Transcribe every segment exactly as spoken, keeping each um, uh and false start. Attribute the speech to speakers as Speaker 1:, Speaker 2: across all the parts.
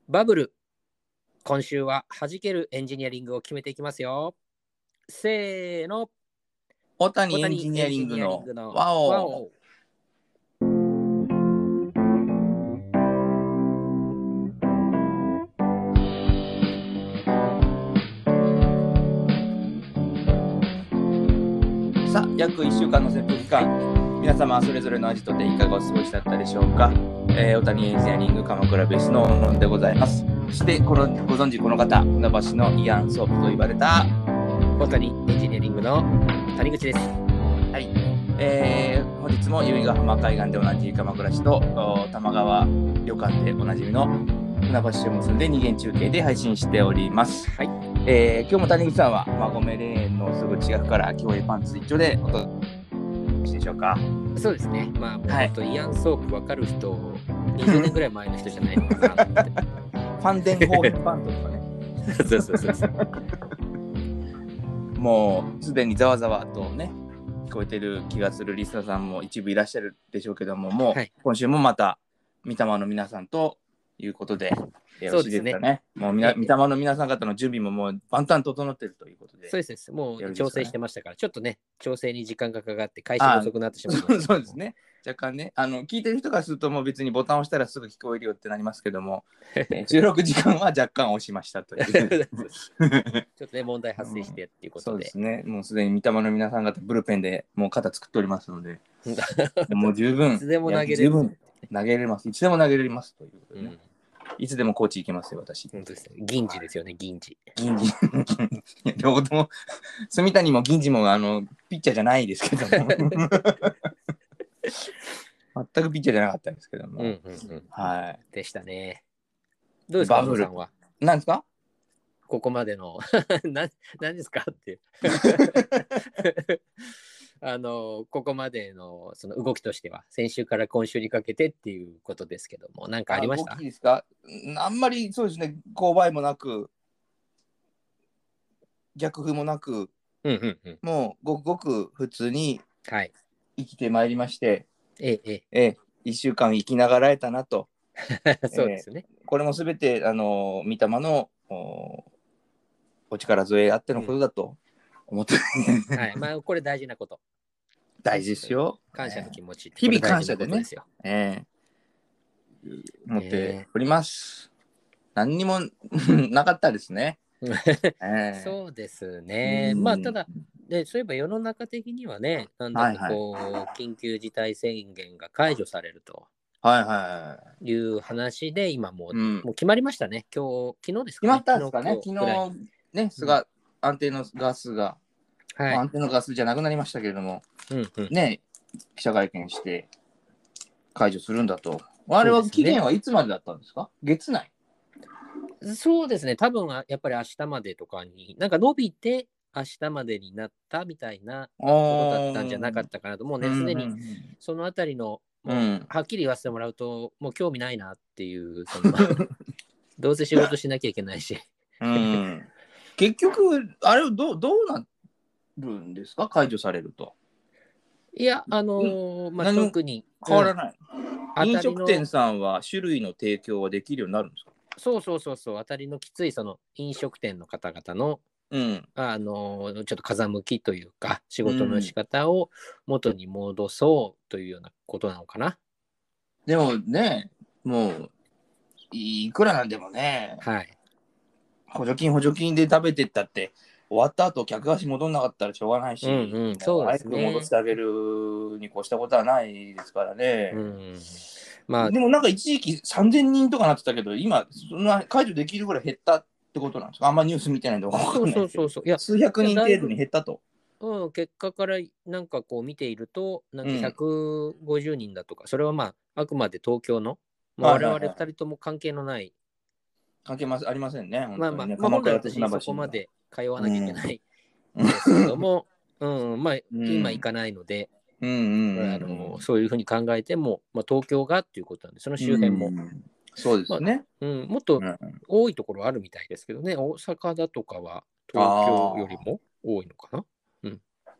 Speaker 1: バブル、今週は弾けるエンジニアリングを決めていきますよ。せーの、
Speaker 2: 大谷エン
Speaker 1: 大谷
Speaker 2: ジニアリング
Speaker 1: エンジニアリン
Speaker 2: の
Speaker 1: グの
Speaker 2: ワオ
Speaker 1: ワオ。
Speaker 2: さあ、約いっしゅうかんの潜伏期間、皆様それぞれのアジトでいかがお過ごしだったでしょうか。えー、大谷エンジニアリング鎌倉ベースの小野でございます。そしてこのご存知この方、船橋のイアン・ソープと言われた
Speaker 1: 大谷エンジニアリングの谷口です。
Speaker 2: はい、えー、本日も由比ヶ浜海岸でおなじみ鎌倉市とお玉川旅館でおなじみの船橋市を結んで二元中継で配信しております。
Speaker 1: はい、
Speaker 2: えー、今日も谷口さんは馬込レーンのすぐ近くから競泳パンツ一丁でお届けしでしょうか。
Speaker 1: そうですね。まあ、もう
Speaker 2: はい
Speaker 1: 本当イアンソープ分かる人、にじゅうねんぐらい前の人じゃないのかなと思って。
Speaker 2: ファンデンホールパントとかね。
Speaker 1: そうそうそうそう。
Speaker 2: もうすでにざわざわとね聞こえてる気がするリスナーさんも一部いらっしゃるでしょうけども、もう、
Speaker 1: はい、
Speaker 2: 今週もまた御霊の皆さんということでよろしいですかね。もうみな御霊の皆さん方の準備ももう万端整っているということで。
Speaker 1: そうです。も
Speaker 2: よろしいですかね
Speaker 1: う調整してましたから、ちょっとね、調整に時間がかかって開始が遅くなってしまいました。
Speaker 2: そうですね。若干ね、あの聞いてる人からするともう別にボタンを押したらすぐ聞こえるよってなりますけども、えー収録時間は若干押しましたという。
Speaker 1: ちょっとね、問題発生してっていうこ
Speaker 2: そう
Speaker 1: とで。
Speaker 2: ですね。もうすでに御霊の皆さん方ブルペンでもう肩作っておりますので、もう十分
Speaker 1: いつでも投げれる
Speaker 2: 十分投げれます。いつでも投げれますということでね。
Speaker 1: うん、
Speaker 2: いつでもコーチ行けますよ、私。
Speaker 1: 本当ですね。銀次ですよね、銀次。
Speaker 2: 銀次。両方とも、住谷も銀次もあのピッチャーじゃないですけども。全くピッチャーじゃなかったんですけども。
Speaker 1: うんうんうん。
Speaker 2: はい。
Speaker 1: でしたね。どうですか、
Speaker 2: バブル
Speaker 1: 小野さんは。
Speaker 2: なんですか
Speaker 1: ここまでのな、何ですかっていうあのここまでのその動きとしては先週から今週にかけてっていうことですけども、何かありました？
Speaker 2: 動きですか？あんまりそうですね、勾配もなく、逆風もなく、
Speaker 1: うんうんうん。
Speaker 2: もうごくごく普通に
Speaker 1: はい。
Speaker 2: 生きてまいりまして、
Speaker 1: ええええ。
Speaker 2: ええ、いっしゅうかん生きながらえたなと。
Speaker 1: そうですね。
Speaker 2: これもすべて、あの、御霊のお、お力添えあってのことだと思って、
Speaker 1: うん、はい。まあ、これ大事なこと。
Speaker 2: 大事ですよ。
Speaker 1: 感謝の気持ちって
Speaker 2: 日々
Speaker 1: これ大事な
Speaker 2: 感謝でね
Speaker 1: ことですよ。
Speaker 2: ええ思っております。何にもなかったですね。ええ
Speaker 1: そうですね。まあ、ただ、でそういえば世の中的にはね、なんだかこう、
Speaker 2: はいは
Speaker 1: 緊急事態宣言が解除されると
Speaker 2: はいは
Speaker 1: いう話で、今もう、
Speaker 2: い。うん。
Speaker 1: もう決まりましたね。今日、昨日ですかね。
Speaker 2: 決まったんですかね。昨
Speaker 1: 昨日ぐらいに。
Speaker 2: 日ね、菅安定のガスが、
Speaker 1: はい。
Speaker 2: まあ安定のガスじゃなくなりましたけれども、
Speaker 1: うんうん。
Speaker 2: ね、記者会見して解除するんだと。あれは
Speaker 1: そうですね
Speaker 2: 期限はいつまでだったんですか？月内。
Speaker 1: そうですね。多分はやっぱり明日までとかに、なんか伸びて明日までになったみたいなことだったんじゃなかったかなと。もうね、すでにそのあたりの、もう、
Speaker 2: うん、
Speaker 1: はっきり言わせてもらうと、もう興味ないなっていう、そのどうせ仕事しなきゃいけないし。
Speaker 2: うん、結局、あれはどうどうなるんですか？解除されると。
Speaker 1: いや、あのーまあ、
Speaker 2: 何も
Speaker 1: 特に、
Speaker 2: 変わらない。
Speaker 1: うん、
Speaker 2: 飲
Speaker 1: 当たりの、
Speaker 2: 食店さんは種類の提供はできるようになるんですか？
Speaker 1: そうそうそうそう、当たりのきついその飲食店の方々の、
Speaker 2: うん。
Speaker 1: あのーちょっと風向きというか、仕事の
Speaker 2: うん
Speaker 1: 仕方を元に戻そうというようなことなのかな。
Speaker 2: でもね、もう、いくらなんでもね、
Speaker 1: はい。
Speaker 2: 補助金補助金で食べてったって、終わった後客足戻んなかったらしょうがないし、
Speaker 1: うんうん、
Speaker 2: も
Speaker 1: そうです
Speaker 2: 早く戻
Speaker 1: ね。
Speaker 2: してあげるに越したことはないですからね。
Speaker 1: うん。まあ、
Speaker 2: でもなんか一時期さんぜんにんとかなってたけど、今、そんな解除できるぐらい減ったってことなんですか？あんまニュース見てないんで分かんないですけど。
Speaker 1: そうそうそうそう。いや、
Speaker 2: 数百人程度に減ったと。
Speaker 1: うん、結果からなんかこう見ていると、なんか
Speaker 2: うん。
Speaker 1: ひゃくごじゅうにんだとか、それはまあ、あくまで東京の、まあ、我々
Speaker 2: はいはいはい。
Speaker 1: ふたりとも関係のない、
Speaker 2: 関係ますありませんね、本
Speaker 1: まあまあ、
Speaker 2: 当にね。
Speaker 1: まあ、本来
Speaker 2: 鎌倉と船
Speaker 1: 私そこ
Speaker 2: 橋には。
Speaker 1: まで通わ
Speaker 2: うん。
Speaker 1: なきゃいけないんですけども、うん、まあ、
Speaker 2: うん
Speaker 1: 今行かないので、
Speaker 2: うんうんうん
Speaker 1: あのそういうふうに考えても、まあ、東京がっていうことなんで、その
Speaker 2: うん。
Speaker 1: 周辺も、
Speaker 2: うんそうで
Speaker 1: まあ
Speaker 2: すね。
Speaker 1: うん、もっと
Speaker 2: うん、
Speaker 1: 多いところあるみたいですけどね、大阪だとかは東京より
Speaker 2: ああ。
Speaker 1: も多いのかな。うん、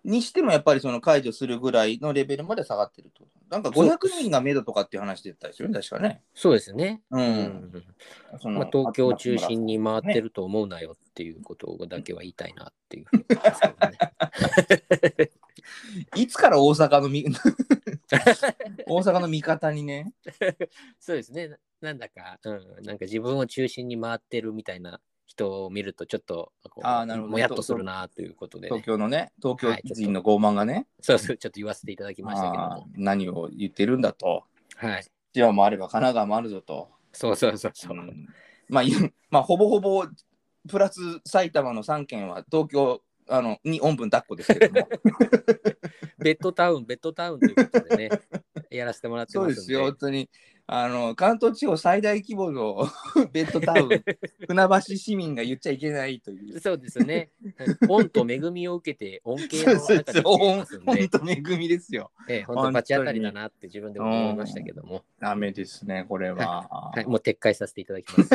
Speaker 2: にしてもやっぱりその解除するぐらいのレベルまで下がってると。なんかごひゃくにんが目処とかっていう話だったですよね、確かね。
Speaker 1: そうですね。
Speaker 2: うん。
Speaker 1: うん、
Speaker 2: その
Speaker 1: まあ、東京を中心に回ってると思うなよっていうことだけは言いたいなっていうふうに思いますけどね。
Speaker 2: いつから大阪のみ大阪の味方にね。
Speaker 1: そうですね。なんだか、うん、なんか自分を中心に回ってるみたいな人を見るとちょっとこ
Speaker 2: あーなるほどね
Speaker 1: うもやっとするなということで、ね、
Speaker 2: 東京のね、東京
Speaker 1: はい
Speaker 2: 人の傲慢がね、
Speaker 1: そうそう、ちょっと言わせていただきましたけども。
Speaker 2: 何を言ってるんだと。
Speaker 1: はい。
Speaker 2: 千葉もあれば神奈川もあるぞと。
Speaker 1: そうそうそうそう。
Speaker 2: うん、まあ、まあ、ほぼほぼプラス埼玉のさん県は東京あのにおんぶん抱っこですけども。
Speaker 1: ベッドタウン、ベッドタウンということでね、やらせてもらってますんで。
Speaker 2: そうですよ、本当に。あの関東地方最大規模のベッドタウン、船橋市民が言っちゃいけないという。
Speaker 1: そうですね。恩と恵みを受けて恩恵の中で生きてますんで。
Speaker 2: 本当恵みですよ。
Speaker 1: ええ、本当バチ当たりだなって自分でも思いましたけども。
Speaker 2: ダメですね、これは。
Speaker 1: はい、もう撤回させていただきます。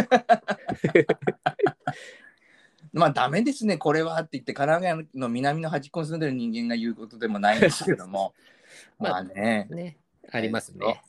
Speaker 2: まあダメですね、これはって言って、神奈川の南の端っこに住んでる人間が言うことでもないんですけども。まあね。
Speaker 1: ね、ありますね。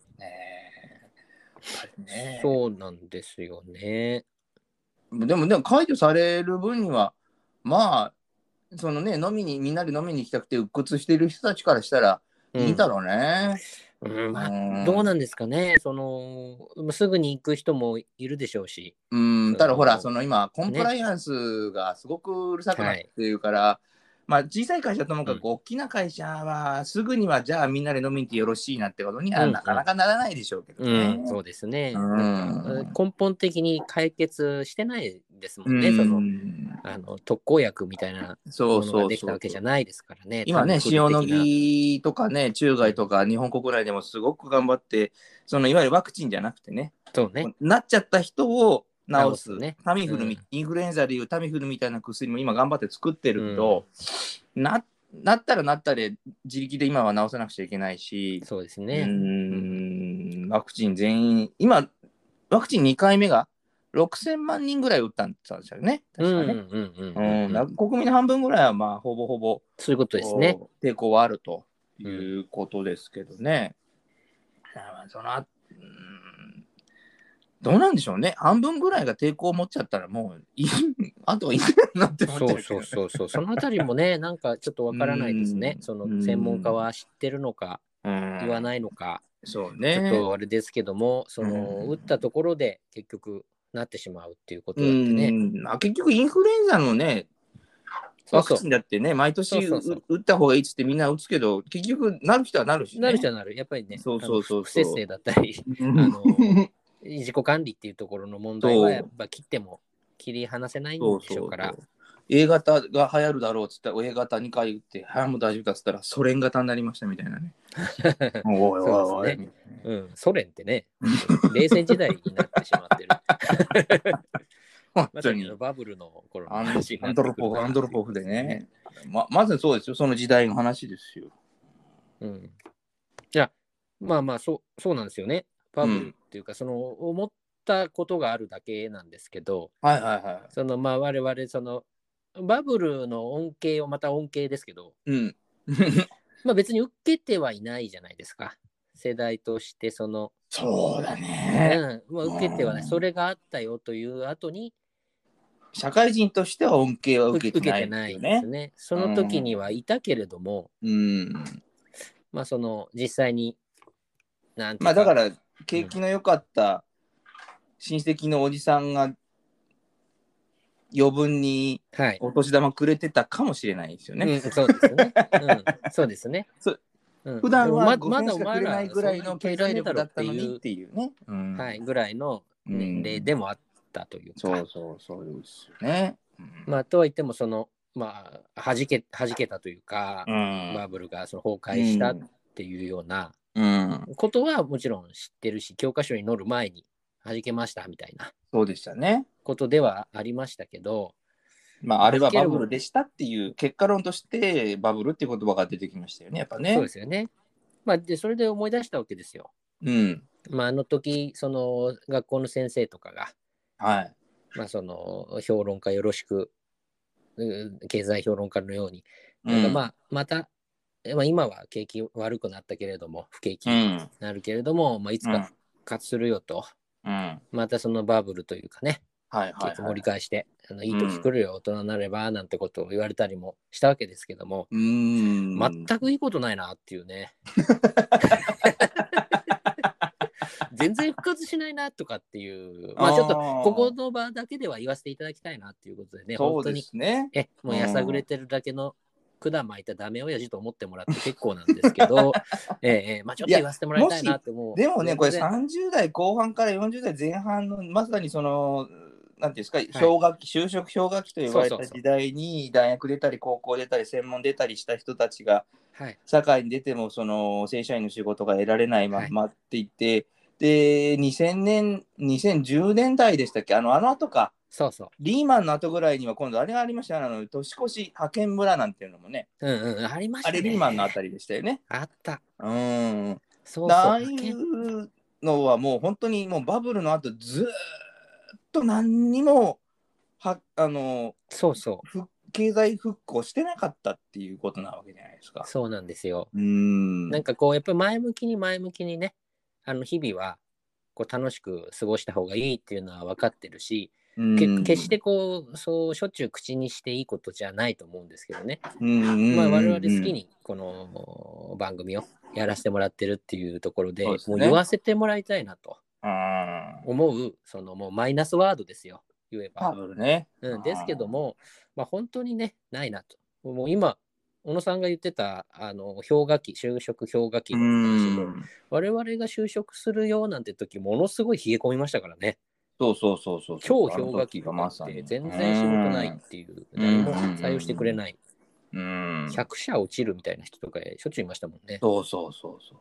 Speaker 2: ね、
Speaker 1: そうなんですよね。
Speaker 2: でも、でも解除される分には、まあ、そのね、飲みに、みんなで飲みに行きたくて鬱屈している人たちからしたらいいんだろうね。
Speaker 1: うん、まあ、どうなんですかね。その、すぐに行く人もいるでしょうし。
Speaker 2: うん、ただほら、その今、コンプライアンスがすごくうるさくなっているから、はい、まあ、小さい会社ともかく大きな会社は、すぐにはじゃあみんなで飲みに行ってよろしいなってことにはなかなかならないでしょうけどね。
Speaker 1: うんうん、そうですね。なんか根本的に解決してないですもんね。
Speaker 2: うん、
Speaker 1: そのあの特効薬みたいなものができたわけじゃないですからね。
Speaker 2: 今ね、塩野義とかね、中外とか日本国内でもすごく頑張って、そのいわゆるワクチンじゃなくてね、
Speaker 1: そうね、
Speaker 2: なっちゃった人を治す、
Speaker 1: ね、
Speaker 2: タミフル、うん、インフルエンザでいうタミフルみたいな薬も今頑張って作ってるけど、うん、な, なったらなったで自力で今は治さなくちゃいけないし、
Speaker 1: そうですね。
Speaker 2: うーん、ワクチン全員、今、ワクチンにかいめがろくせんまんにんぐらい打ったんですよね。確かね。国民の半分ぐらいはまあほぼほぼ
Speaker 1: そういうことですね。
Speaker 2: 抵抗はあるということですけどね。うん、そのうんどうなんでしょうね。半分ぐらいが抵抗を持っちゃったらもういいあといいなって思っちゃう。
Speaker 1: そうそうそうそう。そのあたりもね、なんかちょっとわからないですね。その専門家は知ってるのか言わないのか。
Speaker 2: そうね。
Speaker 1: ちょっとあれですけども、その打ったところで結局なってしまうっていうことだってね。
Speaker 2: うんあ結局インフルエンザのね、ワクチンだってね、毎年打った方がいいっつってみんな打つけど、結局なる人はなるし、ね。
Speaker 1: なる人はなる。やっぱりね、
Speaker 2: そうそうそう
Speaker 1: 不節制だったり、あの自己管理っていうところの問題はやっぱ切っても切り離せないんでしょうから。
Speaker 2: そうそうそう A 型が流行るだろうっつったら A 型にかい打って、はい、もう大丈夫だっつったらソ連型になりましたみたいなね。おいおいおい、
Speaker 1: ね。うん、ソ連ってね、冷戦時代になってしまってる。
Speaker 2: 本当に、
Speaker 1: ま、バブルの頃の
Speaker 2: 話になってくるから、アンドロポフでね。ま, まずそうですよ、その時代の話ですよ。
Speaker 1: うん。いや、まあまあそう、そうなんですよね。バブルっていうか、うん、その思ったことがあるだけなんですけど、
Speaker 2: はいはいはい。
Speaker 1: そのまあ我々、そのバブルの恩恵をまた恩恵ですけど、
Speaker 2: うん、
Speaker 1: まあ別に受けてはいないじゃないですか。世代としてその。
Speaker 2: そうだね。
Speaker 1: うん、まあ、受けてはない。それがあったよという後に、
Speaker 2: 社会人としては恩恵は受けてないですよね。
Speaker 1: その時にはいたけれども、
Speaker 2: うん、
Speaker 1: まあその実際に
Speaker 2: なんていうか、まあだから景気の良かった親戚のおじさんが余分にお年玉くれてたかもしれないですよね。
Speaker 1: うん、そうですね。うん、そうですね。
Speaker 2: 普段はごせんしかくれないぐらいの経済力だったのにっていうね。
Speaker 1: はい、ぐらいの年齢でもあったというか。
Speaker 2: そうそうそうですよね。
Speaker 1: まあとはいってもそのまあ弾け弾けたというか、バブルがその崩壊したっていうようなことはもちろん知ってるし、教科書に載る前に弾けましたみたいな。
Speaker 2: そうでしたね。
Speaker 1: ことではありましたけど、
Speaker 2: まああれはバブルでしたっていう結果論としてバブルっていう言葉が出てきましたよね、やっぱね。
Speaker 1: そうですよね。まあでそれで思い出したわけですよ。
Speaker 2: うん。
Speaker 1: まああの時その学校の先生とかが、
Speaker 2: はい。
Speaker 1: まあその評論家よろしく経済評論家のようになんかまあ、また、まあ、今は景気悪くなったけれども、不景気になるけれども、うん、まあ、いつか復活するよと、うん、またそのバブルというかね、はいはいはい、景気盛り返して、あのいい時来るよ、うん、大人になれば、なんてことを言われたりもしたわけですけども、うーん、全くいいことないなっていうね。全然復活しないなとかっていう、まあちょっとここの場だけでは言わせていただきたいなっていうことでね、
Speaker 2: そうですね、
Speaker 1: 本当にえもうやさぐれてるだけの管巻いたダメ親父と思ってもらって結構なんですけど、ええまあちょっと言わせてもらいたいなって思う。
Speaker 2: でもね、これさんじゅう代後半からよんじゅう代前半のまさにそのなんていうんですか、氷河期、はい、就職氷河期と言われた時代に大学出たり高校出たり専門出たりした人たちが、はい、社会に出てもその正社員の仕事が得られないままっていて、はい、でにせんねんにせんじゅうねんだいでしたっけ、あのあの後か、そうそうリーマンの後ぐらいには今度あれがありましたよ、あの年越し派遣村なんていうのもね、
Speaker 1: うんうん、ありましたね。
Speaker 2: あれリーマンのあたりでしたよね。
Speaker 1: あった。
Speaker 2: うん。そうそう。ああいうのはもう本当にもうバブルの後ずっと何にもはあの
Speaker 1: そうそう
Speaker 2: 経済復興してなかったっていうことなわけじゃないですか。
Speaker 1: そうなんですよ。うんなんかこうやっぱり前向きに前向きにね、あの日々はこう楽しく過ごした方がいいっていうのは分かってるし、決してこうそうしょっちゅう口にしていいことじゃないと思うんですけどね。まあ我々好きにこの番組をやらせてもらってるっていうところで、でね、もう言わせてもらいたいなと思う、そのもうマイナスワードですよ、言えば。ね、うん、ですけども、まあ、本当にねないなと。もう今小野さんが言ってたあの氷河期、就職氷河期の話も、我々が就職するよなんて時ものすごい冷え込みましたからね。
Speaker 2: そうそうそうそう。
Speaker 1: 超氷河期がまさに全然仕事ないっていう、誰も採用してくれない。ひゃく社落ちるみたいな人とかしょっちゅういましたもんね。
Speaker 2: そうそうそうそう。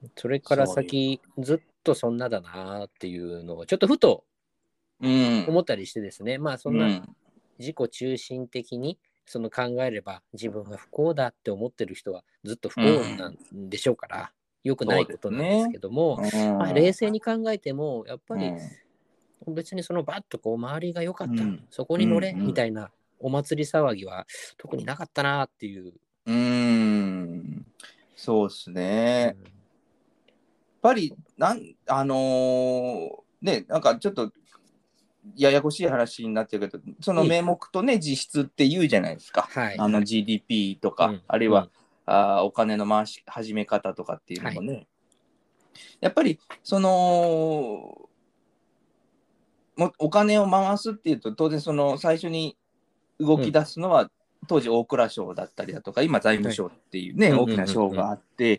Speaker 1: それから先ずっとそんなだなっていうのをちょっとふと思ったりしてですね、まあそんな自己中心的にその考えれば自分が不幸だって思ってる人はずっと不幸なんでしょうから、良くないことなんですけども、まあ、冷静に考えてもやっぱり別にそのバッとこう周りが良かった、そこに乗れみたいなお祭り騒ぎは特になかったなっていう。
Speaker 2: うーん、そうですね。うん、やっぱりなんあのー、ね、なんかちょっとややこしい話になってるけど、その名目とね、実質って言うじゃないですか。はい、あの ジーディーピー とか、うん、あるいは、うん、あお金の回し始め方とかっていうのもね、はい、やっぱりそのもお金を回すっていうと当然その最初に動き出すのは、うん、当時大蔵省だったりだとか今財務省っていうね、はい、大きな省があって、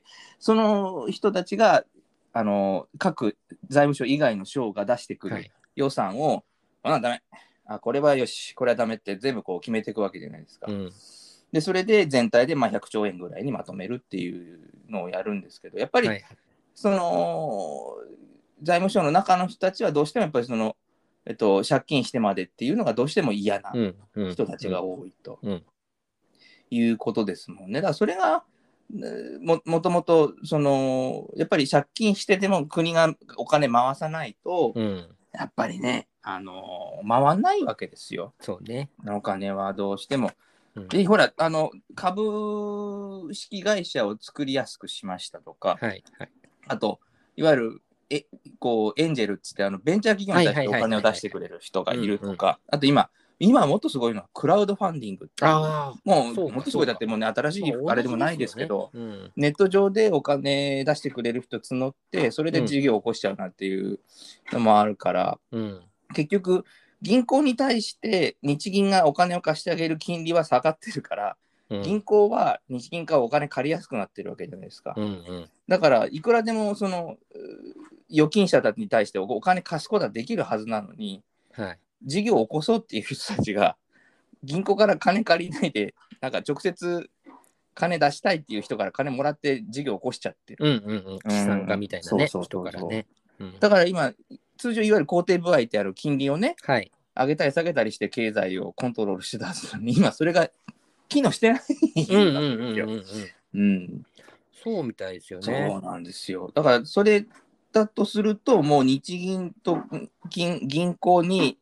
Speaker 2: その人たちがあの各財務省以外の省が出してくる予算を、はいあ、ダメ。あ、これはよし、これはダメって全部こう決めていくわけじゃないですか。うん、で、それで全体でまあひゃくちょうえんぐらいにまとめるっていうのをやるんですけど、やっぱり、はい、その、財務省の中の人たちはどうしてもやっぱりその、えっと、借金してまでっていうのがどうしても嫌な人たちが多いと、うんうん、いうことですもんね。だからそれが、も, もともと、その、やっぱり借金してでも国がお金回さないと、うん、やっぱりね、あのー、回んないわけですよ。
Speaker 1: そうね。
Speaker 2: お金はどうしても。うん、で、ほら、あの、株式会社を作りやすくしましたとか、はいはい、あと、いわゆる、え、こう、エンジェルっつって、あの、ベンチャー企業に対してお金を出してくれる人がいるとか、あと今、今もっとすごいのはクラウドファンディングっていう。あもう、もっとすごいだってもうね、新しいあれでもないですけど、ねうん、ネット上でお金出してくれる人募って、それで事業を起こしちゃうなんていうのもあるから、うん結局銀行に対して日銀がお金を貸してあげる金利は下がってるから、うん、銀行は日銀からお金借りやすくなってるわけじゃないですか、うんうん、だからいくらでもその預金者たちに対してお金貸すことはできるはずなのに、はい、事業を起こそうっていう人たちが銀行から金借りないでなんか直接金出したいっていう人から金もらって事業を起こしちゃってる、
Speaker 1: うんうんうん、資産家みたいなね、人からね、
Speaker 2: うん、だから今通常いわゆる肯定部合ってある金利をね、はい、上げたり下げたりして経済をコントロールしてたはずなのに今それが機能してないわけですよ。
Speaker 1: そうみたいですよね。
Speaker 2: そうなんですよ。だからそれだとするともう日銀と銀、銀行に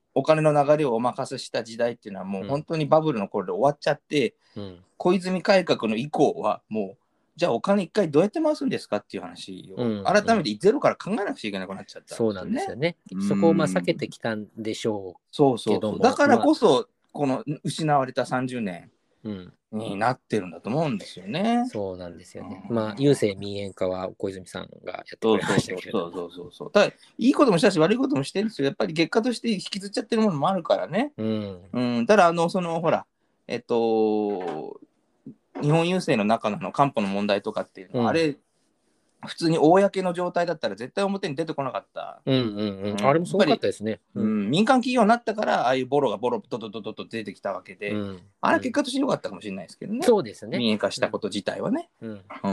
Speaker 2: お金の流れをお任せした時代っていうのはもう本当にバブルの頃で終わっちゃって、うん、小泉改革の以降はもうじゃあお金一回どうやって回すんですかっていう話を改めてゼロから考えなくちゃいけなくなっちゃったんですよね。
Speaker 1: そうなんですよね。そこをまあ避けてきたんでしょうけども。
Speaker 2: そうそうそう。だからこそこの失われたさんじゅうねんになってるんだと思うんですよね。
Speaker 1: そうなんですよね。まあ郵政民営化は小泉さんがやってくれましたけど。
Speaker 2: そうそうそうそう。ただいいこともしたし悪いこともしてるんですよ。やっぱり結果として引きずっちゃってるものもあるからね。うん。うん、ただあのそのほらえっと日本郵政の中の官報の問題とかっていうのは、うん、あれ普通に公の状態だったら絶対表に出てこなかった。
Speaker 1: うんうんうん。あれもすごかったですね。
Speaker 2: うん、民間企業になったからああいうボロがボロドドドドド出てきたわけで、うん、あれ結果として良かったかもしれないですけどね。
Speaker 1: そうですね。
Speaker 2: 民営化したこと自体はね。
Speaker 1: うんうん、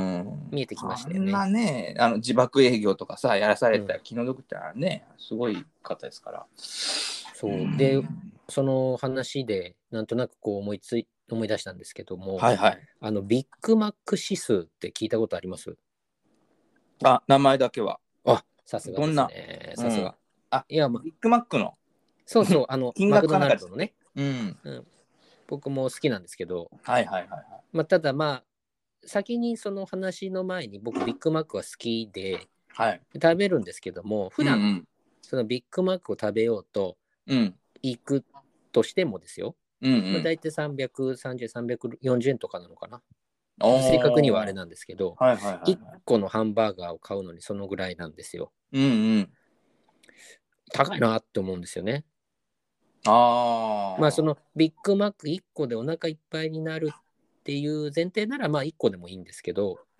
Speaker 1: 見えてきましたよね。
Speaker 2: あんなねあの自爆営業とかさやらされたら気の毒ってのはね、うん、すごい方ですから。
Speaker 1: そうでその話でなんとなくこう思いつい思い出したんですけども、
Speaker 2: はいはい、
Speaker 1: あのビッグマック指数って聞いたことあります？
Speaker 2: あ、名前だけは。
Speaker 1: あ、さすがですね。
Speaker 2: どんな？
Speaker 1: さすが。うん、
Speaker 2: あ、いや、ビッグマックの。
Speaker 1: そうそう、あの、マクドナルドのね、うんうん。僕も好きなんですけど、
Speaker 2: はいはいはい、はい。
Speaker 1: まあ、ただまあ、先にその話の前に僕ビッグマックは好きで、はい、食べるんですけども、普段、うんうん、そのビッグマックを食べようと行くとしてもですよ、うんうん、まあ、大体さんびゃくさんじゅう、さんびゃくよんじゅうえんとかなのかな。正確にはあれなんですけど、はいはいはいはい、いっこのハンバーガーを買うのにそのぐらいなんですよ。うんうん、高いなって思うんですよね。あまあそのビッグマックいっこでお腹いっぱいになるっていう前提ならまあいっこでもいいんですけど、うん、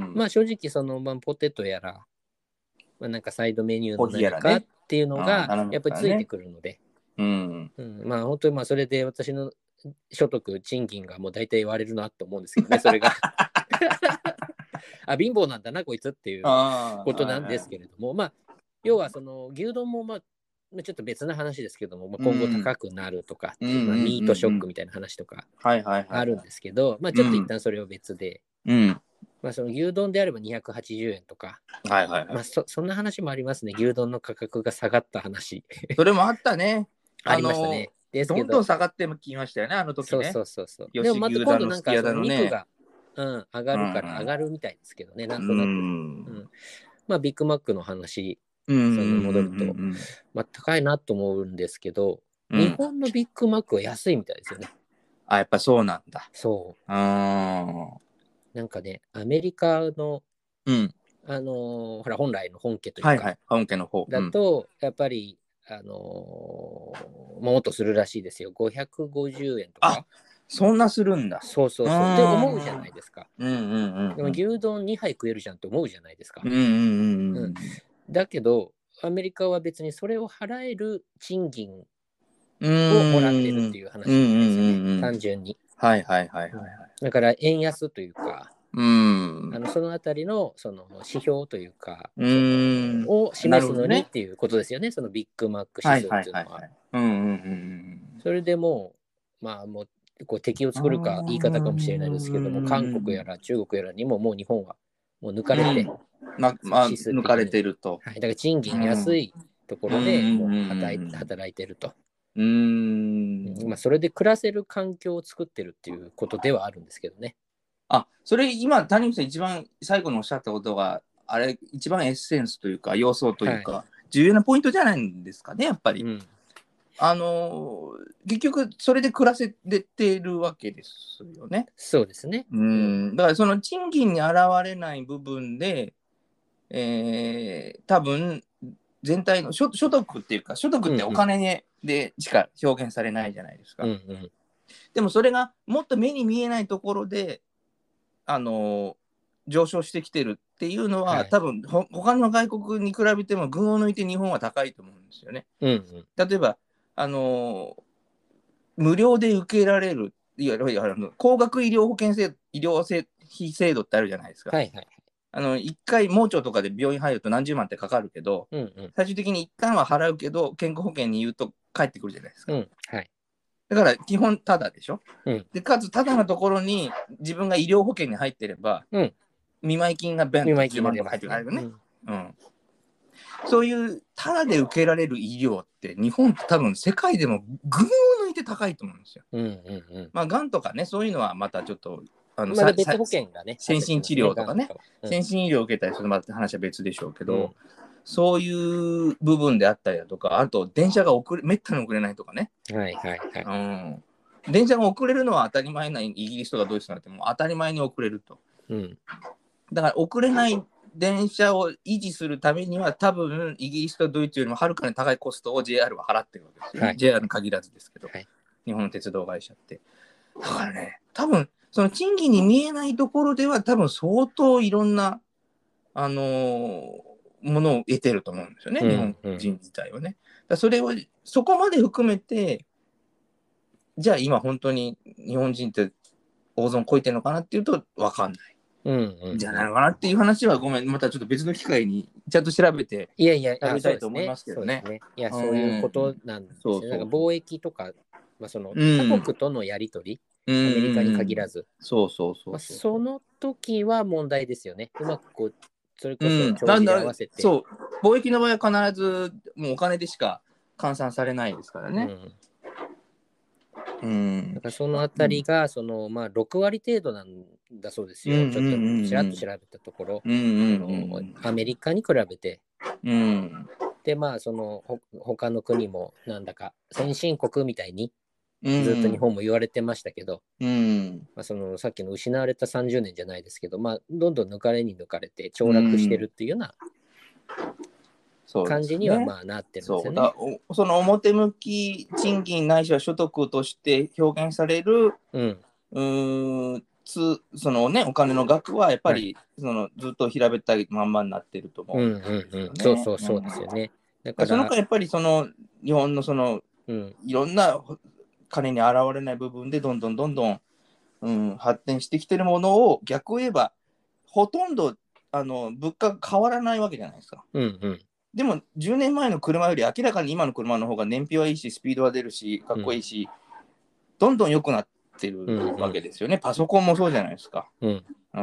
Speaker 1: まあ正直その、まあ、ポテトやら、まあ、なんかサイドメニューの何かっていうのがやっぱりついてくるので、うんうん、まあ本当にまあそれで私の所得賃金がもう大体言われるなと思うんですけどね、それがあ貧乏なんだなこいつっていうことなんですけれども、まあ要はその牛丼もまあちょっと別な話ですけども、まあ、今後高くなるとか、うんまあ、ミートショックみたいな話とかあるんですけど、まあちょっと一旦それは別で、うんまあ、その牛丼であればにひゃくはちじゅうえんとか、はいはいはいまあ、そ, そんな話もありますね。牛丼の価格が下がった話
Speaker 2: それもあったね。
Speaker 1: ありましたね。
Speaker 2: ですけどどんどん下がってきましたよね、あの時ね。
Speaker 1: そうそうそうそう。でもまた今度なんかその肉が、うん、上がるから上がるみたいですけどね、うん、なんとなく。うん、まあビッグマックの話、その戻ると、まあ高いなと思うんですけど、うん、日本のビッグマックは安いみたいですよね。
Speaker 2: あ、やっぱそうなんだ。
Speaker 1: そう。あなんかね、アメリカの、うん、あのー、ほら本来の本家というか、はいはい、
Speaker 2: 本家の方
Speaker 1: だと、やっぱり、あのー、もっとするらしいですよ。ごひゃくごじゅうえんとか。
Speaker 2: あ、そんなするんだ。
Speaker 1: そうそうそう。って思うじゃないですか。うんうんうんうん、でも牛丼にはい食えるじゃんって思うじゃないですか。うんうんうんうん、だけど、アメリカは別にそれを払える賃金をもらってるっていう話なんですよね。うんうんうん、単純に。はいはいはいはい、はい。だから円安というか、うんあのそのあたりのその指標というか、うんを示すのにっていうことですよね、そのビッグマック指数っていうのは。それでもう、まあもう、こう敵を作るか言い方かもしれないですけども、韓国やら中国やらにももう日本はもう抜かれて、
Speaker 2: ままあ、抜かれてると。
Speaker 1: はい、だから賃金安いところでもう働い働いてると。うーんまあ、それで暮らせる環境を作ってるっていうことではあるんですけどね。
Speaker 2: あ、それ今、谷口さん一番最後におっしゃったことが、あれ、一番エッセンスというか、要素というか、はい、重要なポイントじゃないんですかね、やっぱり。うん、あのー、結局、それで暮らせてるわけですよね。
Speaker 1: そうですね。
Speaker 2: うん。だから、その賃金に現れない部分で、えー、多分、全体の 所, 所得っていうか、所得ってお金でしか表現されないじゃないですか。うんうん、でも、それがもっと目に見えないところで、あの上昇してきてるっていうのは、はい、多分ほ他の外国に比べても群を抜いて日本は高いと思うんですよね。うんうん、例えばあの無料で受けられるいわゆる高額医療保険制医療費制度ってあるじゃないですか。はいはい、あのいっかい盲腸とかで病院入ると何十万ってかかるけど、うんうん、最終的に一旦は払うけど健康保険に言うと返ってくるじゃないですか。うんはい、だから基本タダでしょ、うん、でかつタダのところに自分が医療保険に入ってれば、うん、見舞金がベンとじゅうまんとか入ってくるよね、うんうん、 そういうただで受けられる医療って日本って多分世界でも群を抜いて高いと思うんですよ。
Speaker 1: うんうんうん。
Speaker 2: まあがんとかねそういうのはまたちょっとあの、
Speaker 1: まだ別保険がね、
Speaker 2: 先進治療とかね、
Speaker 1: うん、
Speaker 2: 先進医療を受けたりするまた話は別でしょうけど、
Speaker 1: うん、
Speaker 2: そういう部分であったりだとか、あと電車が遅れめったに遅れないとかね。
Speaker 1: はいはいはい。
Speaker 2: うん、電車が遅れるのは当たり前なイギリスとかドイツなんてもう当たり前に遅れると。
Speaker 1: うん、
Speaker 2: だから遅れない電車を維持するためには多分イギリスとドイツよりもはるかに高いコストを ジェイアール は払ってるわけですよね。はい、ジェイアール に限らずですけど、はい、日本の鉄道会社って。だからね、多分その賃金に見えないところでは多分相当いろんな、あのー、ものを得てると思うんですよね、うんうん、日本人自体はね。だそれをそこまで含めて、じゃあ今本当に日本人って大損こいてるのかなっていうと分かんない。
Speaker 1: うんうん、
Speaker 2: じゃないのかなっていう話はごめん、またちょっと別の機会にちゃんと調べて
Speaker 1: いやいや
Speaker 2: 食べたいと思いますけどね。
Speaker 1: いや、そういうことなんですよね。なんか貿易とか、まあ、その他国とのやり取り、うん、アメリカに限らず、
Speaker 2: そうそうそうそう、
Speaker 1: まあ、その時は問題ですよね。うまくこう、それこそ帳尻合わせて、
Speaker 2: うん、そう、貿易の場合は必ずもうお金でしか換算されないですからね。うん
Speaker 1: うん、だからそのあたりが、そのまあ、ろくわり程度なんだそうですよ、うん、ちょっとちらっと調べたところ、うんうんうん、アメリカに比べて、うん、でまあそのほ他の国もなんだか先進国みたいにずっと日本も言われてましたけど、うんまあ、そのさっきの失われたさんじゅうねんじゃないですけど、まあ、どんどん抜かれに抜かれて凋落してるっていうような、感じにはまあなってるんですよね。
Speaker 2: そうだ、その表向き賃金ないしは所得として表現される、うん、うーんつそのねお金の額はやっぱり、はい、そのずっと平べったいまんまになってると思うんですよね。
Speaker 1: そうそうそうですよね。
Speaker 2: だからその間やっぱりその日本のその、うん、いろんな金に現れない部分でどんどんどんどん、うん、発展してきてるものを逆を言えばほとんどあの物価が変わらないわけじゃないですか。うんうん、でもじゅうねんまえの車より明らかに今の車の方が燃費はいいしスピードは出るしかっこいいし、うん、どんどん良くなってるわけですよね、うんうん、パソコンもそうじゃないですか、うんうん、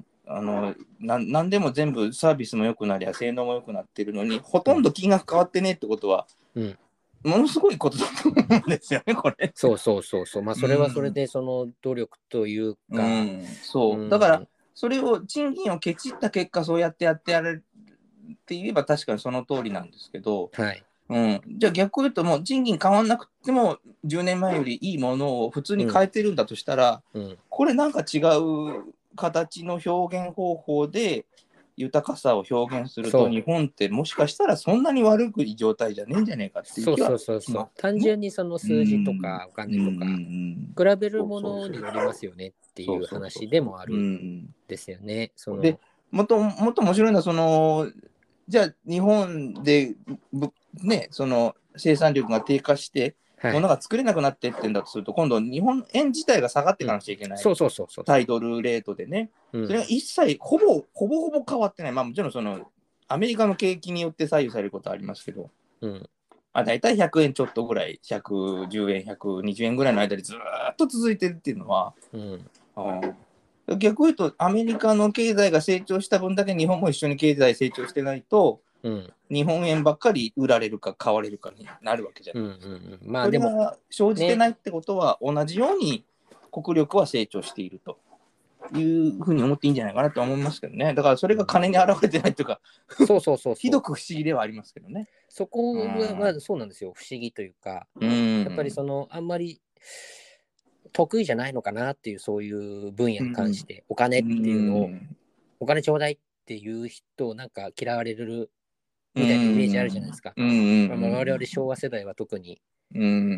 Speaker 2: あのな何でも全部サービスも良くなりゃ性能も良くなってるのにほとんど金額変わってねってことは、うん、ものすごいことだと思うんですよねこれ。
Speaker 1: そうそうそうそう、まあそれはそれでその努力というか、うんうん、
Speaker 2: そう、うん、だからそれを賃金をケチった結果そうやってやってやれるって言えば確かにその通りなんですけど、はいうん、じゃあ逆を言うともう賃金変わんなくてもじゅうねんまえよりいいものを普通に変えてるんだとしたら、うんうん、これなんか違う形の表現方法で豊かさを表現すると日本ってもしかしたらそんなに悪い状態じゃねえんじゃねえかっていう気は
Speaker 1: そうそうそうそう、単純にその数字とかお金とか比べるものによりますよねっていう話でもあるんですよね。
Speaker 2: でもっともっと面白いのはそのじゃあ日本でねその生産力が低下して物が作れなくなってってんだとすると、はい、今度日本円自体が下がっていかなくちゃいけない、うん、そうそうそうそうタイドルレートでね、うん、それが一切ほぼほぼほぼ変わってない。まあもちろんそのアメリカの景気によって左右されることはありますけど、うん、あだいたいひゃくえんちょっとぐらいひゃくじゅうえんひゃくにじゅうえんぐらいの間でずっと続いてるっていうのは、うんうん、逆を言うとアメリカの経済が成長した分だけ日本も一緒に経済成長してないと、うん、日本円ばっかり売られるか買われるかになるわけじゃないですか。うんうんうん、まあでもそれが生じてないってことは、ね、同じように国力は成長しているというふうに思っていいんじゃないかなと思いますけどね。だからそれが金に表れてないというか、そうそうそうひどく不思議ではありますけどね。
Speaker 1: そこは、まあ、そうなんですよ、不思議というか、うん、やっぱりそのあんまり得意じゃないのかなっていうそういう分野に関して、うん、お金っていうのを、うん、お金ちょうだいっていう人をなんか嫌われるみたいなイメージあるじゃないですか。うんうんうんまあ、我々昭和世代は特に、うん、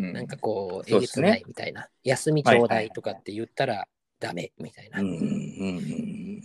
Speaker 1: なんかこうえげつないみたいな、ね、休みちょうだいとかって言ったらダメみたいな。うんうんうん、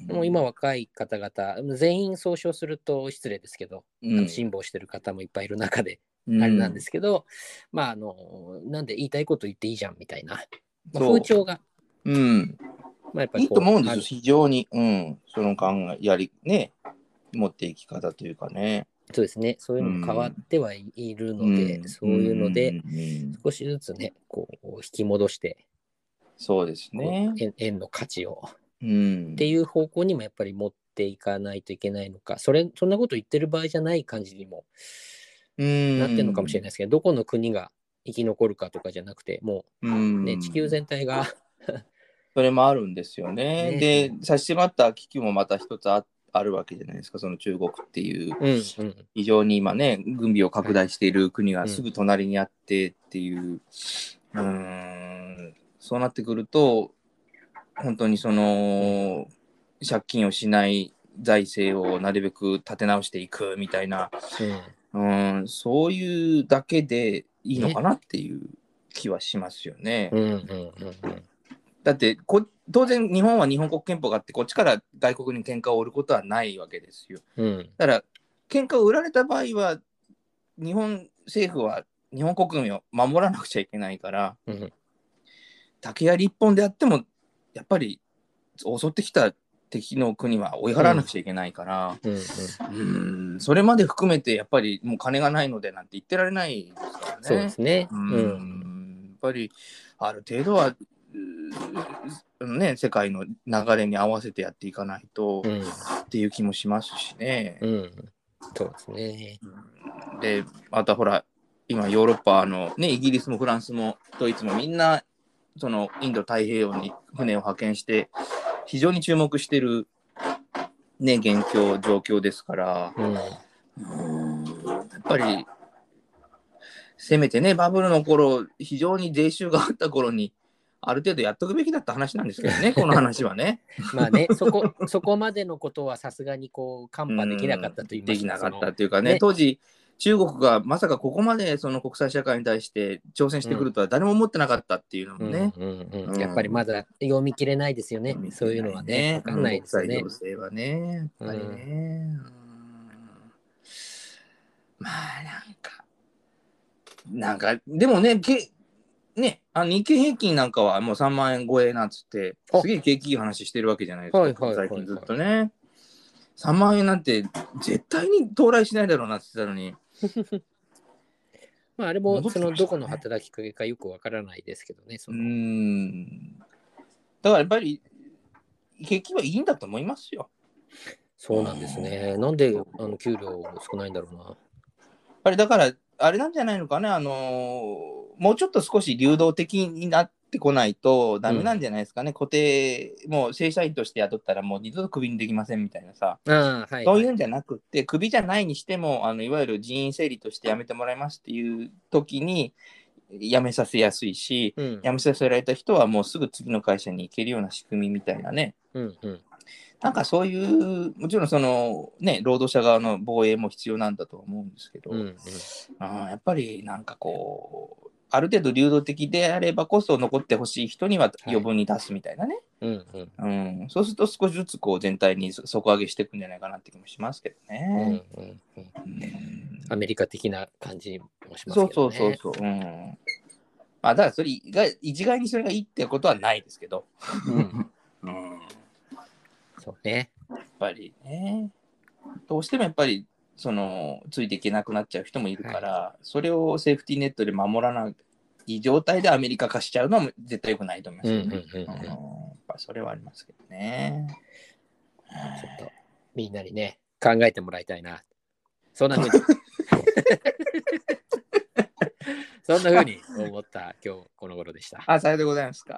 Speaker 1: でも今若い方々全員総称すると失礼ですけど、うん、あの辛抱してる方もいっぱいいる中で、うん、あれなんですけど、まああのなんで言いたいこと言っていいじゃんみたいな、まあ、風潮が、
Speaker 2: うん、まあ、やっぱりいいと思うんですよ非常に、うん、その考えやりね持っていき方というかね。
Speaker 1: そうですね。そういうのも変わってはいるので、うん、そういうので、少しずつね、こう引き戻して、
Speaker 2: そうですね。
Speaker 1: 円, 円の価値を、うん、っていう方向にもやっぱり持っっていかないといけないのか、それそんなこと言ってる場合じゃない感じにもなってるのかもしれないですけど、どこの国が生き残るかとかじゃなくて、もう、ね、地球全体が
Speaker 2: それもあるんですよね。
Speaker 1: ね
Speaker 2: で、差し迫った危機もまた一つ あ, あるわけじゃないですか、その中国っていう、
Speaker 1: うんうん、
Speaker 2: 非常に今ね、軍備を拡大している国がすぐ隣にあってっていう、うん、うーんそうなってくると、本当にその、うん、借金をしない財政をなるべく立て直していくみたいな、うん、うんそういうだけでいいのかなっていう気はしますよね。
Speaker 1: うんうんうんうん
Speaker 2: だってこ当然日本は日本国憲法があってこっちから外国に喧嘩を売ることはないわけですよ。
Speaker 1: うん、
Speaker 2: だから喧嘩を売られた場合は日本政府は日本国民を守らなくちゃいけないから、うん、竹槍一本であってもやっぱり襲ってきた敵の国は追い払わなくちゃいけないから、うんうんうん、それまで含めてやっぱりもう金がないのでなんて言ってられないですからね。
Speaker 1: そうですね。
Speaker 2: うん、やっぱりある程度はね、世界の流れに合わせてやっていかないと、うん、っていう気もしますしね。
Speaker 1: うん、そうですね。
Speaker 2: で、またほら、今ヨーロッパの、ね、イギリスもフランスもドイツもみんなそのインド太平洋に船を派遣して非常に注目してる、ね、現況状況ですから、うん、うんやっぱりせめてねバブルの頃非常に税収があった頃にある程度やっとくべきだった話なんですけどね、この話はね。
Speaker 1: まあね、そこ、そこまでのことはさすがにこう、看破できなかったと言いますか。
Speaker 2: できなかったというかね、ね当時、中国がまさかここまでその国際社会に対して挑戦してくるとは誰も思ってなかったっていうのもね。
Speaker 1: やっぱりまだ読み切れないですよね、ねそういうのはね。わかんないですよね。
Speaker 2: 国際情勢はね、やっぱりね。うん、まあなんか、なんか、でもね、けね、あ日経平均なんかはもうさんまんえん超えなんつって、すげえ景気いい話してるわけじゃないですか、はいはいはいはい、最近ずっとね。さんまんえんなんて絶対に到来しないだろうなって言ってたのに。
Speaker 1: まああれもそのどこの働きかけかよくわからないですけどね。その
Speaker 2: うんだからやっぱり景気はいいんだと思いますよ。
Speaker 1: そうなんですね。なんであの給料少ないんだろうな。
Speaker 2: やっぱりだからあれなんじゃないのかね、あのー、もうちょっと少し流動的になってこないとダメなんじゃないですかね、うん、固定、もう正社員として雇ったらもう二度とクビにできませんみたいなさ、
Speaker 1: あ、はいはい、
Speaker 2: そういうんじゃなくて、クビじゃないにしても、あのいわゆる人員整理として辞めてもらいますっていう時に辞めさせやすいし、うん、辞めさせられた人はもうすぐ次の会社に行けるような仕組みみたいなね。うんうんなんかそういう、もちろんそのね、労働者側の防衛も必要なんだと思うんですけど、うんうん、あやっぱりなんかこう、ある程度流動的であればこそ残ってほしい人には余分に出すみたいなね。はいうんうんうん、そうすると少しずつこう全体に底上げしていくんじゃないかなって気もしますけどね。うんうんうん
Speaker 1: うん、アメリカ的な感じもしますけどね。そうそうそうそう。うん
Speaker 2: まあ、だからそれが一概にそれがいいってことはないですけど。うんうん
Speaker 1: そうね。
Speaker 2: やっぱりね。どうしてもやっぱりそのついていけなくなっちゃう人もいるから、はい、それをセーフティーネットで守らない状態でアメリカ化しちゃうのは絶対良くないと思いますよね。やっぱそれはありますけどね。
Speaker 1: ちょっとみんなにね考えてもらいたいな。そんな風にそんな風に思った今日この頃でした。
Speaker 2: あ、さようでございますか。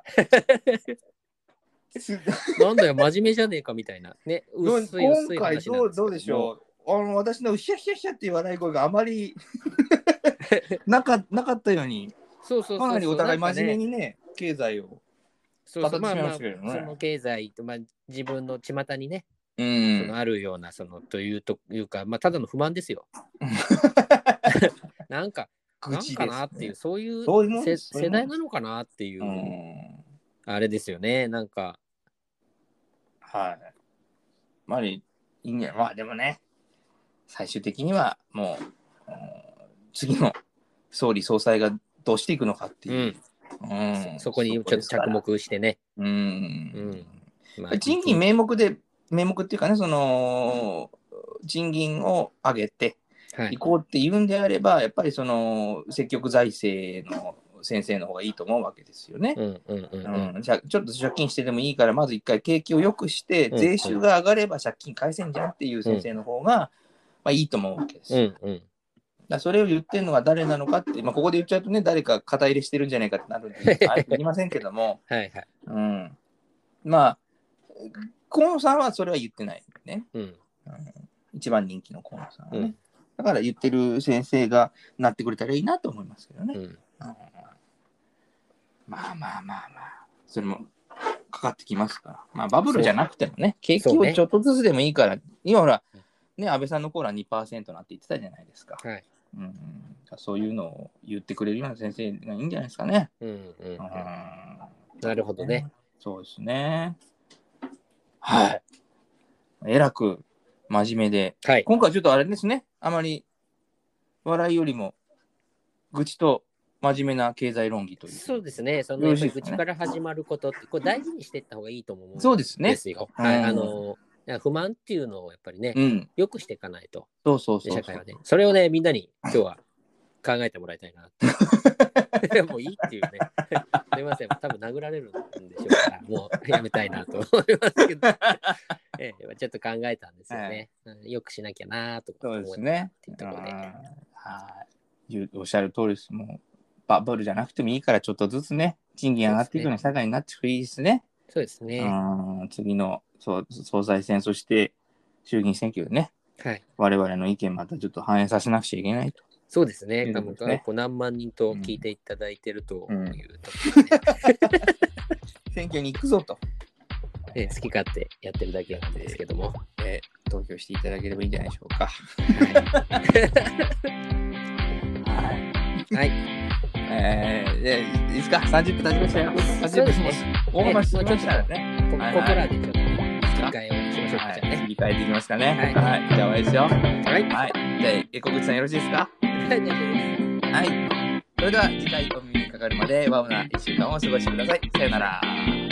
Speaker 1: なんだよ、真面目じゃねえかみたいな。ね、
Speaker 2: 薄い薄い今回どうどうでしょう。あの私のヒャヒャヒャっていう笑い声があまりなかなかったように、
Speaker 1: そうそうそうそう
Speaker 2: かなりお互い真面目にね、ね経済を
Speaker 1: 語ってしまいましたけどね。まあまあ、その経済と、まあ、自分の巷にね、うん、そのあるようなそのというというか、まあ、ただの不満ですよ。なんか、なんかなっていう、そういう世代なのかなっていう、うん、あれですよね、なんか。
Speaker 2: はい。まあいいんじゃない。まあでもね、最終的にはもう、うん、次の総理総裁がどうしていくのかっていう。
Speaker 1: うんうん、そこにちょっと着目してね。うん
Speaker 2: うんまあ、賃金名目で、名目っていうかね、その、賃金を上げていこうっていうんであれば、はい、やっぱりその積極財政の先生の方がいいと思うわけですよね。
Speaker 1: うんうんうんうん
Speaker 2: うん、じゃあちょっと借金してでもいいからまず一回景気を良くして
Speaker 1: うん
Speaker 2: 税収が上がれば借金返せんじゃんっていう先生の方が、まあ、いいと思うわけですよ。
Speaker 1: うんうん
Speaker 2: だからそれを言ってるのは誰なのかって、まあ、ここで言っちゃうとね誰か肩入れしてるんじゃないかってなるんであえて言いませんけども、
Speaker 1: はいはい。
Speaker 2: うん、まあ河野さんはそれは言ってないね、
Speaker 1: うん
Speaker 2: うん、一番人気の河野さんはね、
Speaker 1: うん
Speaker 2: だから言ってる先生がなってくれたらいいなと思いますけどね、
Speaker 1: うん
Speaker 2: うんまあまあまあまあ、それもかかってきますから。まあバブルじゃなくてもね、景気をちょっとずつでもいいから、今ほら、ね、安倍さんの頃は にパーセント なんて言ってたじゃないですか。
Speaker 1: はい。
Speaker 2: うん、そういうのを言ってくれるような先生がいいんじゃないですかね。
Speaker 1: うんうんうん
Speaker 2: うん、
Speaker 1: なるほどね。
Speaker 2: そうですね。はい。えらく真面目で、
Speaker 1: はい。
Speaker 2: 今回ちょっとあれですね、あまり笑いよりも愚痴と真面目な経済論議という。
Speaker 1: そうですね。そのやっぱり愚痴から始まることってこう大事にしていった方がいいと思うんですよ。
Speaker 2: そうですね。
Speaker 1: はい。あの不満っていうのをやっぱりね、
Speaker 2: うん、
Speaker 1: よくしていかないと。
Speaker 2: そうそうそうそう。
Speaker 1: 社会はね。それをねみんなに今日は考えてもらいたいなって。もういいっていうね。すみません。多分殴られるんでしょうから、もうやめたいなと思いますけど、ええ、ちょっと考えたんですよね。はい、よくしなきゃなとか思ってっていうところで。
Speaker 2: はい。おっしゃる通りです。もうバブルじゃなくてもいいからちょっとずつね、賃金上がっていくような社会になってくるといいですね。
Speaker 1: そうですね。
Speaker 2: うん次の総裁選、そして衆議院選挙でね、はい、我々の意見またちょっと反映させなくちゃいけないと。
Speaker 1: そうですね。ねこう何万人と聞いていただいてるというと、うんうん、
Speaker 2: 選挙に行くぞと、
Speaker 1: ね、好き勝手やってるだけなんですけども、
Speaker 2: えー、投票していただければいいんじゃないでしょうか。はい。はい。えー、でいいですか。さんじゅっぷん経ちましたよ。さんじゅっぷんですね。大話しましたらね。
Speaker 1: ここからでちょっと切り替えをしましょうか。じゃあね。
Speaker 2: 切り替えていきますかね。はい。じゃあ終わりですよ。はい。はい。じゃあえこぐちさんよろしいですか。
Speaker 1: 大丈夫です。
Speaker 2: はい。それでは次回お耳にかかるまでワウないっしゅうかんをお過ごしください。さよなら。